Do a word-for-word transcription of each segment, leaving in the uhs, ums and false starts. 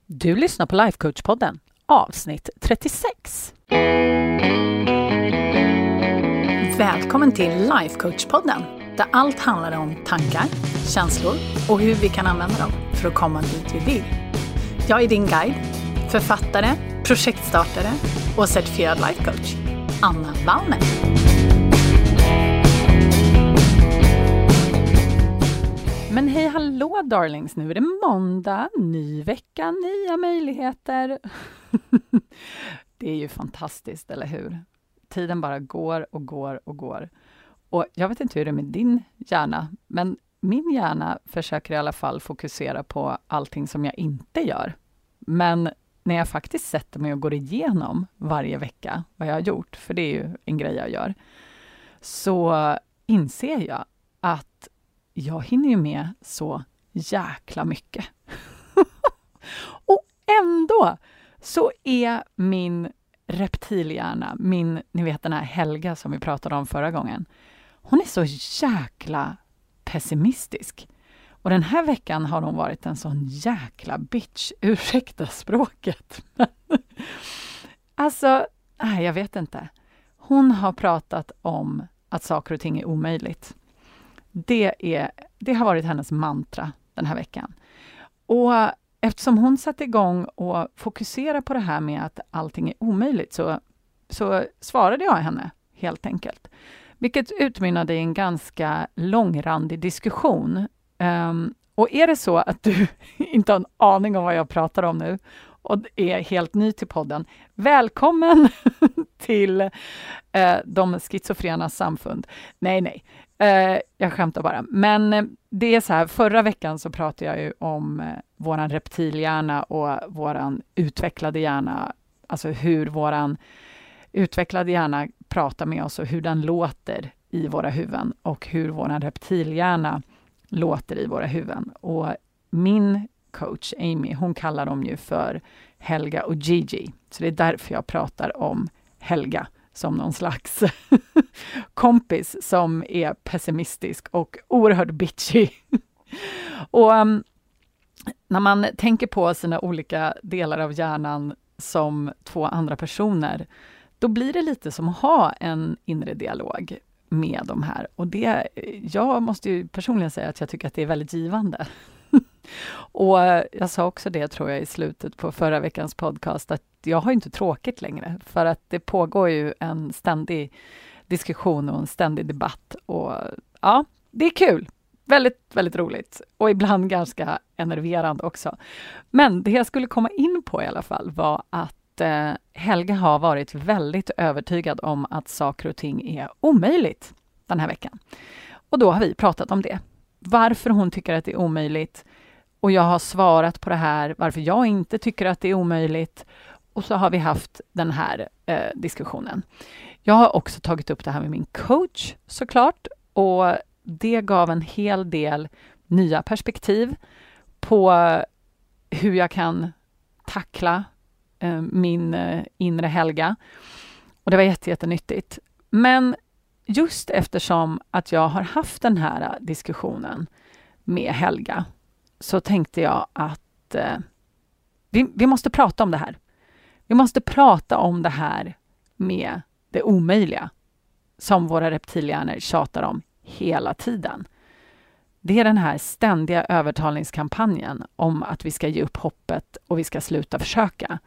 Du lyssnar på Life Coach-podden, avsnitt trettiosex. Välkommen till Life Coach-podden, där allt handlar om tankar, känslor och hur vi kan använda dem för att komma dit vi vill. Jag är din guide, författare, projektstartare och certifierad life coach, Anna Wallner. Men hej hallå darlings, nu är det måndag, ny vecka, nya möjligheter. Det är ju fantastiskt, eller hur? Tiden bara går och går och går. Och jag vet inte hur det är med din hjärna, men min hjärna försöker i alla fall fokusera på allting som jag inte gör. Men när jag faktiskt sätter mig och går igenom varje vecka vad jag har gjort, för det är ju en grej jag gör, så inser jag att jag hinner ju med så jäkla mycket. Och ändå så är min reptilhjärna, min, ni vet den här Helga som vi pratade om förra gången, hon är så jäkla pessimistisk. Och den här veckan har hon varit en sån jäkla bitch, ursäkta språket. Alltså, nej, jag vet inte. Hon har pratat om att saker och ting är omöjligt. Det, är, det har varit hennes mantra den här veckan. Och eftersom hon satte igång och fokuserade på det här med att allting är omöjligt så, så svarade jag henne helt enkelt. Vilket utmynnade i en ganska långrandig diskussion. Um, och är det så att du inte har en aning om vad jag pratar om nu och är helt ny till podden, välkommen till uh, de schizofrena samfund. Nej, nej. Uh, jag skämtar bara. Men uh, det är så här, förra veckan så pratade jag ju om uh, våran reptilhjärna och våran utvecklade hjärna. Alltså hur våran utvecklade hjärna pratar med oss och hur den låter i våra huvuden och hur våran reptilhjärna låter i våra huvuden. Och min coach Amy, hon kallar dem ju för Helga och Gigi. Så det är därför jag pratar om Helga som någon slags kompis som är pessimistisk och oerhört bitchy. Och um, när man tänker på sina olika delar av hjärnan som två andra personer, då blir det lite som att ha en inre dialog med de här. Och det, jag måste ju personligen säga att jag tycker att det är väldigt givande. Och jag sa också det, tror jag, i slutet på förra veckans podcast, att jag har inte tråkigt längre. För att det pågår ju en ständig diskussion och en ständig debatt. Och ja, det är kul. Väldigt, väldigt roligt. Och ibland ganska enerverande också. Men det jag skulle komma in på i alla fall var att eh, Helga har varit väldigt övertygad om att saker och ting är omöjligt den här veckan. Och då har vi pratat om det. Varför hon tycker att det är omöjligt. Och jag har svarat på det här, varför jag inte tycker att det är omöjligt. Och så har vi haft den här eh, diskussionen. Jag har också tagit upp det här med min coach såklart. Och det gav en hel del nya perspektiv på hur jag kan tackla eh, min eh, inre Helga. Och det var jätte, jättenyttigt. Men just eftersom att jag har haft den här diskussionen med Helga, så tänkte jag att eh, vi, vi måste prata om det här. Vi måste prata om det här med det omöjliga som våra reptilhjärnor tjatar om hela tiden. Det är den här ständiga övertalningskampanjen om att vi ska ge upp hoppet och vi ska sluta försöka.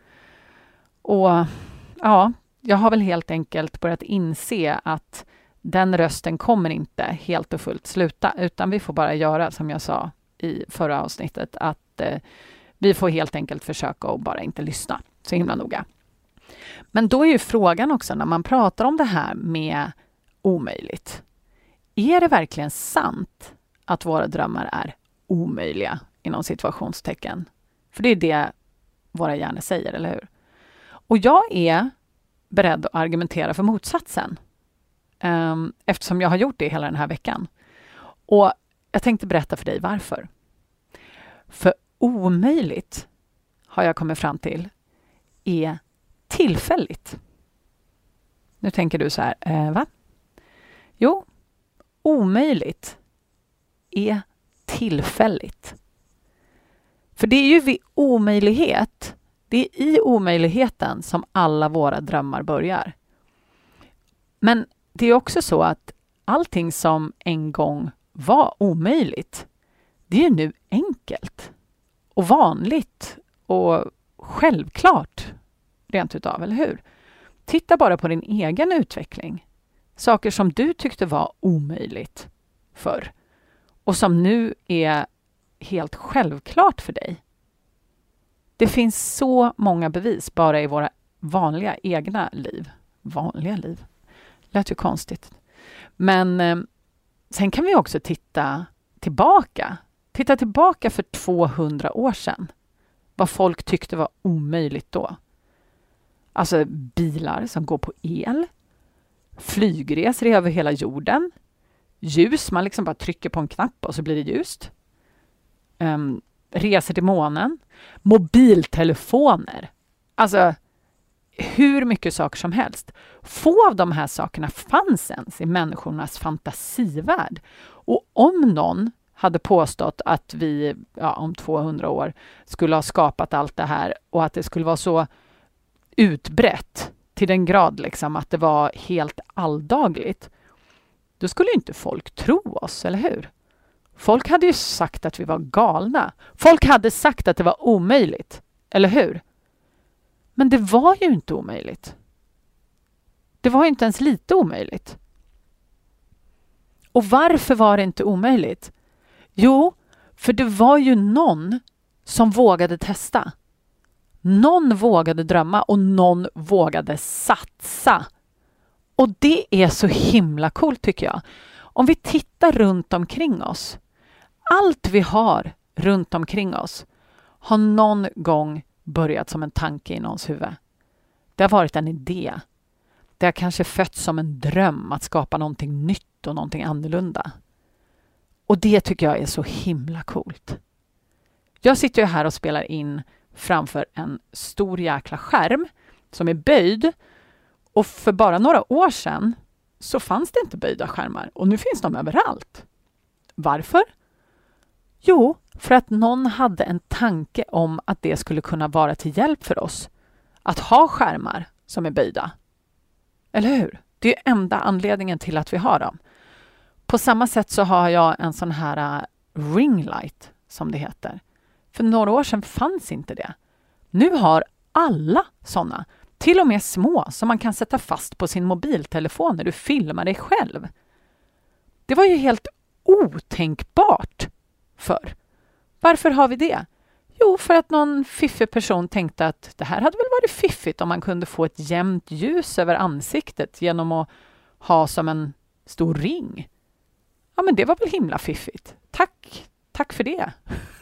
Och ja, jag har väl helt enkelt börjat inse att den rösten kommer inte helt och fullt sluta, utan vi får bara göra som jag sa i förra avsnittet, att eh, vi får helt enkelt försöka och bara inte lyssna så himla noga. Men då är ju frågan också, när man pratar om det här med omöjligt, är det verkligen sant att våra drömmar är omöjliga inom situationstecken? För det är det våra hjärnor säger, eller hur? Och jag är beredd att argumentera för motsatsen. Um, eftersom jag har gjort det hela den här veckan. Och jag tänkte berätta för dig varför. För omöjligt, har jag kommit fram till, är tillfälligt. Nu tänker du så här, eh, va? Jo, omöjligt är tillfälligt. För det är ju vid omöjlighet, det är i omöjligheten som alla våra drömmar börjar. Men det är också så att allting som en gång var omöjligt, det är nu enkelt och vanligt och självklart rent utav, eller hur? Titta bara på din egen utveckling. Saker som du tyckte var omöjligt förr och som nu är helt självklart för dig. Det finns så många bevis bara i våra vanliga egna liv. Vanliga liv? Lät ju konstigt. Men eh, sen kan vi också titta tillbaka. Titta tillbaka för tvåhundra år sedan. Vad folk tyckte var omöjligt då. Alltså bilar som går på el. Flygresor över hela jorden. Ljus, man liksom bara trycker på en knapp och så blir det ljust. Um, resor till månen. Mobiltelefoner. Alltså hur mycket saker som helst. Få av de här sakerna fanns ens i människornas fantasivärld. Och om någon hade påstått att vi ja, om tvåhundra år skulle ha skapat allt det här och att det skulle vara så utbrett till den grad liksom att det var helt alldagligt, då skulle inte folk tro oss, eller hur? Folk hade ju sagt att vi var galna. Folk hade sagt att det var omöjligt, eller hur? Men det var ju inte omöjligt. Det var inte ens lite omöjligt. Och varför var det inte omöjligt? Jo, för det var ju någon som vågade testa. Någon vågade drömma och någon vågade satsa. Och det är så himla coolt tycker jag. Om vi tittar runt omkring oss. Allt vi har runt omkring oss har någon gång börjat som en tanke i någons huvud. Det har varit en idé. Det har kanske fötts som en dröm att skapa någonting nytt och någonting annorlunda. Och det tycker jag är så himla coolt. Jag sitter ju här och spelar in framför en stor jäkla skärm som är böjd. Och för bara några år sedan så fanns det inte böjda skärmar. Och nu finns de överallt. Varför? Jo, för att någon hade en tanke om att det skulle kunna vara till hjälp för oss. Att ha skärmar som är böjda. Eller hur? Det är enda anledningen till att vi har dem. På samma sätt så har jag en sån här uh, ringlight som det heter. För några år sedan fanns inte det. Nu har alla såna. Till och med små som man kan sätta fast på sin mobiltelefon när du filmar dig själv. Det var ju helt otänkbart för. Varför har vi det? Jo, för att någon fiffig person tänkte att det här hade väl varit fiffigt om man kunde få ett jämnt ljus över ansiktet genom att ha som en stor ring. Ja, men det var väl himla fiffigt. Tack, tack för det.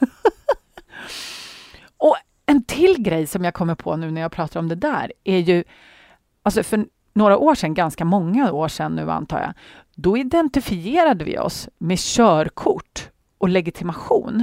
Och en till grej som jag kommer på nu när jag pratar om det där är ju, alltså för några år sedan, ganska många år sedan nu antar jag, då identifierade vi oss med körkort och legitimation.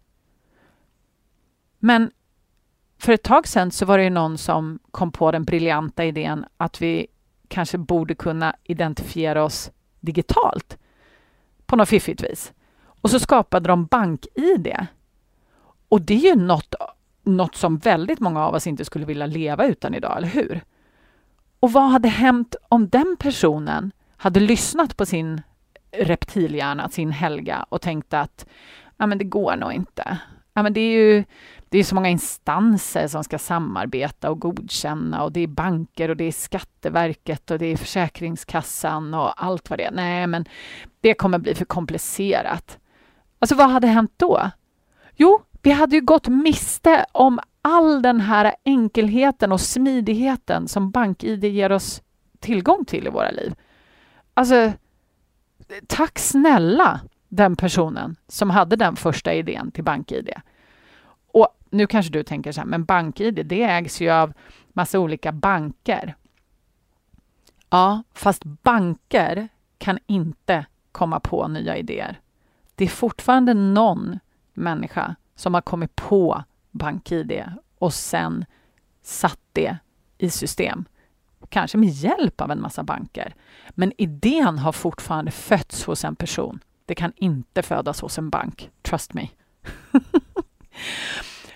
Men för ett tag sedan så var det ju någon som kom på den briljanta idén att vi kanske borde kunna identifiera oss digitalt på något fiffigt vis. Och så skapade de bank-I D. Och det är ju något, något som väldigt många av oss inte skulle vilja leva utan idag, eller hur? Och vad hade hänt om den personen hade lyssnat på sin reptilhjärna, sin Helga, och tänkt att ja, men det går nog inte. Ja, men det är ju det är så många instanser som ska samarbeta och godkänna, och det är banker och det är Skatteverket och det är Försäkringskassan och allt vad det är. Nej, men det kommer bli för komplicerat. Alltså vad hade hänt då? Jo, vi hade ju gått miste om all den här enkelheten och smidigheten som bank-I D ger oss tillgång till i våra liv. Alltså, tack snälla den personen som hade den första idén till bank-I D. Och nu kanske du tänker så här, men bank-I D, det ägs ju av massa olika banker. Ja, fast banker kan inte komma på nya idéer. Det är fortfarande någon människa som har kommit på bank-I D och sen satt det i system. Kanske med hjälp av en massa banker. Men idén har fortfarande fötts hos en person. Det kan inte födas hos en bank. Trust me.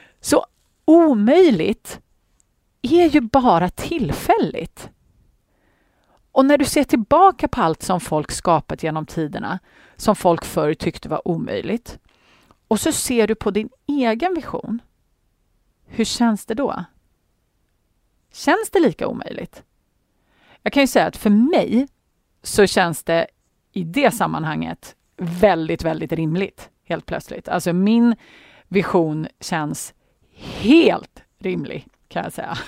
omöjligt är ju bara tillfälligt. Och när du ser tillbaka på allt som folk skapat genom tiderna, som folk förr tyckte var omöjligt, och så ser du på din egen vision, hur känns det då? Känns det lika omöjligt? Jag kan ju säga att för mig så känns det i det sammanhanget väldigt, väldigt rimligt, helt plötsligt. Alltså min vision känns helt rimlig, kan jag säga.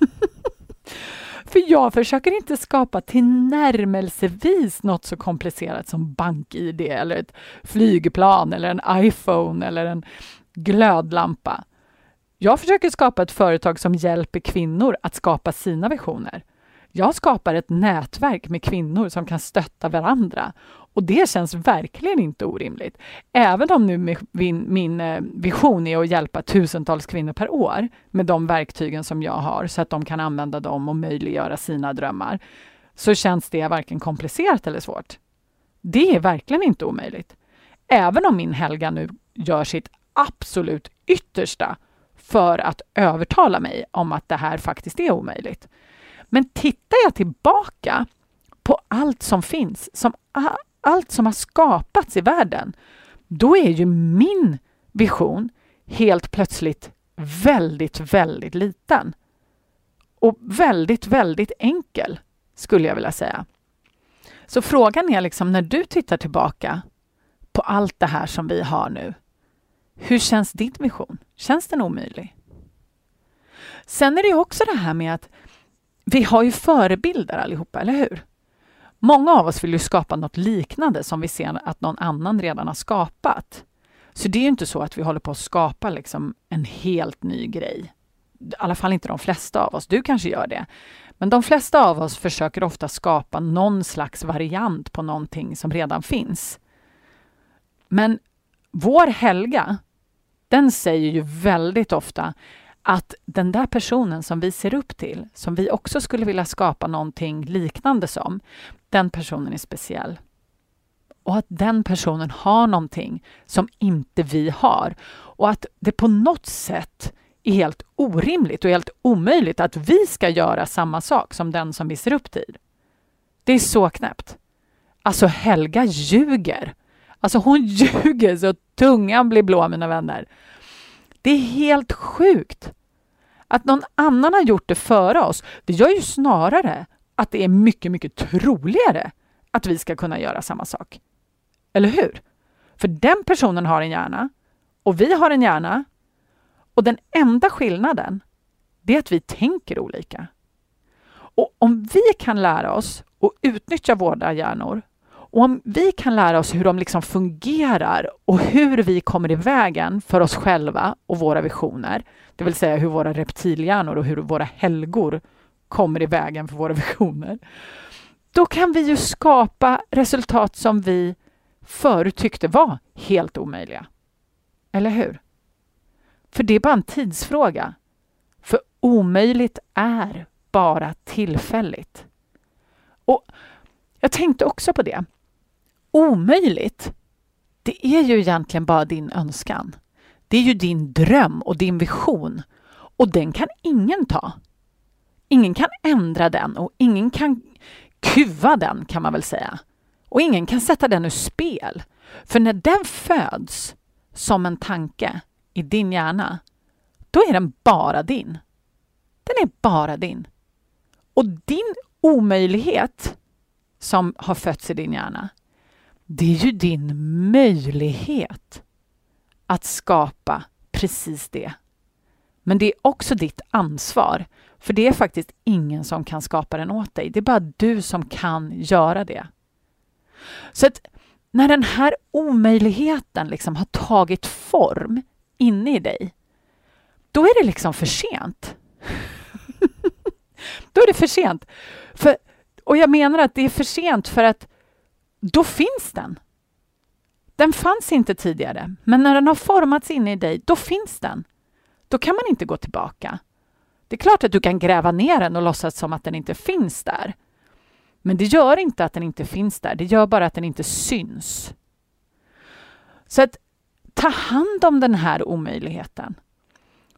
För jag försöker inte skapa tillnärmelsevis något så komplicerat som bank-I D eller ett flygplan eller en iPhone eller en glödlampa. Jag försöker skapa ett företag som hjälper kvinnor att skapa sina visioner. Jag skapar ett nätverk med kvinnor som kan stötta varandra. Och det känns verkligen inte orimligt. Även om nu min, min vision är att hjälpa tusentals kvinnor per år med de verktygen som jag har så att de kan använda dem och möjliggöra sina drömmar, så känns det varken komplicerat eller svårt. Det är verkligen inte omöjligt. Även om min Helga nu gör sitt absolut yttersta för att övertala mig om att det här faktiskt är omöjligt. Men tittar jag tillbaka på allt som finns, som, allt som har skapats i världen, då är ju min vision helt plötsligt väldigt, väldigt liten. Och väldigt, väldigt enkel, skulle jag vilja säga. Så frågan är liksom, när du tittar tillbaka på allt det här som vi har nu, hur känns din vision? Känns den omöjlig? Sen är det ju också det här med att vi har ju förebilder allihopa, eller hur? Många av oss vill ju skapa något liknande som vi ser att någon annan redan har skapat. Så det är ju inte så att vi håller på att skapa liksom en helt ny grej. I alla fall inte de flesta av oss. Du kanske gör det. Men de flesta av oss försöker ofta skapa någon slags variant på någonting som redan finns. Men vår Helga, den säger ju väldigt ofta att den där personen som vi ser upp till, som vi också skulle vilja skapa någonting liknande som, den personen är speciell. Och att den personen har någonting som inte vi har. Och att det på något sätt är helt orimligt och helt omöjligt att vi ska göra samma sak som den som vi ser upp till. Det är så knäppt. Alltså Helga ljuger. Alltså hon ljuger så tungan blir blå, mina vänner. Det är helt sjukt. Att någon annan har gjort det före oss, det gör ju snarare att det är mycket, mycket troligare att vi ska kunna göra samma sak. Eller hur? För den personen har en hjärna och vi har en hjärna. Och den enda skillnaden, det är att vi tänker olika. Och om vi kan lära oss att utnyttja våra hjärnor, och om vi kan lära oss hur de liksom fungerar och hur vi kommer i vägen för oss själva och våra visioner, det vill säga hur våra reptilhjärnor och hur våra helgor kommer i vägen för våra visioner, då kan vi ju skapa resultat som vi förut tyckte var helt omöjliga. Eller hur? För det är bara en tidsfråga. För omöjligt är bara tillfälligt. Och jag tänkte också på det. Omöjligt, det är ju egentligen bara din önskan. Det är ju din dröm och din vision. Och den kan ingen ta. Ingen kan ändra den och ingen kan kuva den, kan man väl säga. Och ingen kan sätta den ur spel. För när den föds som en tanke i din hjärna, då är den bara din. Den är bara din. Och din omöjlighet som har fötts i din hjärna, det är ju din möjlighet att skapa precis det. Men det är också ditt ansvar. För det är faktiskt ingen som kan skapa den åt dig. Det är bara du som kan göra det. Så att när den här omöjligheten liksom har tagit form inne i dig, då är det liksom för sent. Då är det för sent. För, och jag menar att det är för sent för att då finns den. Den fanns inte tidigare. Men när den har formats inne i dig, då finns den. Då kan man inte gå tillbaka. Det är klart att du kan gräva ner den och låtsas som att den inte finns där. Men det gör inte att den inte finns där. Det gör bara att den inte syns. Så att ta hand om den här omöjligheten.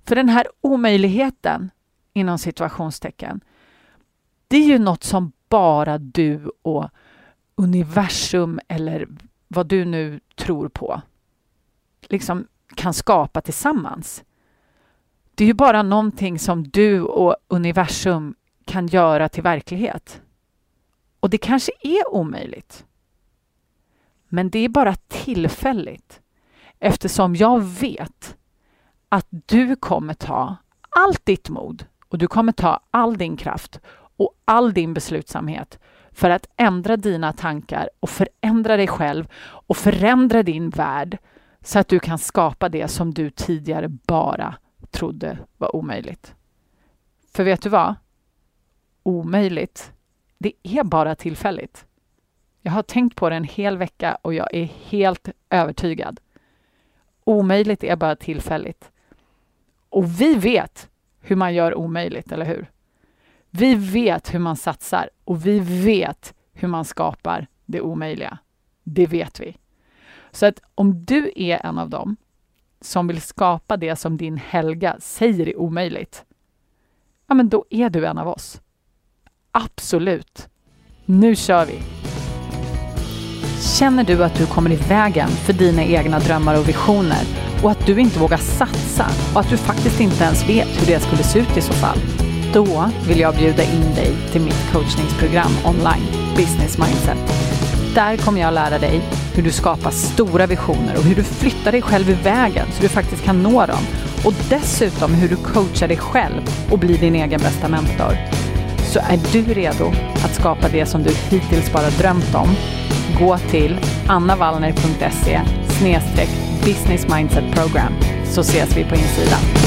För den här omöjligheten, inom situationstecken, det är ju något som bara du och universum eller vad du nu tror på liksom kan skapa tillsammans. Det är ju bara någonting som du och universum kan göra till verklighet. Och det kanske är omöjligt. Men det är bara tillfälligt. Eftersom jag vet att du kommer ta allt ditt mod och du kommer ta all din kraft och all din beslutsamhet för att ändra dina tankar och förändra dig själv och förändra din värld så att du kan skapa det som du tidigare bara trodde var omöjligt. För vet du vad? Omöjligt, det är bara tillfälligt. Jag har tänkt på det en hel vecka och jag är helt övertygad. Omöjligt är bara tillfälligt. Och vi vet hur man gör omöjligt, eller hur? Vi vet hur man satsar och vi vet hur man skapar det omöjliga. Det vet vi. Så att om du är en av dem som vill skapa det som din Helga säger är omöjligt, ja men då är du en av oss. Absolut. Nu kör vi! Känner du att du kommer i vägen för dina egna drömmar och visioner och att du inte vågar satsa och att du faktiskt inte ens vet hur det skulle se ut i så fall? Då vill jag bjuda in dig till mitt coachningsprogram online, Business Mindset. Där kommer jag lära dig hur du skapar stora visioner och hur du flyttar dig själv i vägen så du faktiskt kan nå dem. Och dessutom hur du coachar dig själv och blir din egen bästa mentor. Så är du redo att skapa det som du hittills bara drömt om? Gå till annavallner punkt se slash business mindset program så ses vi på insidan.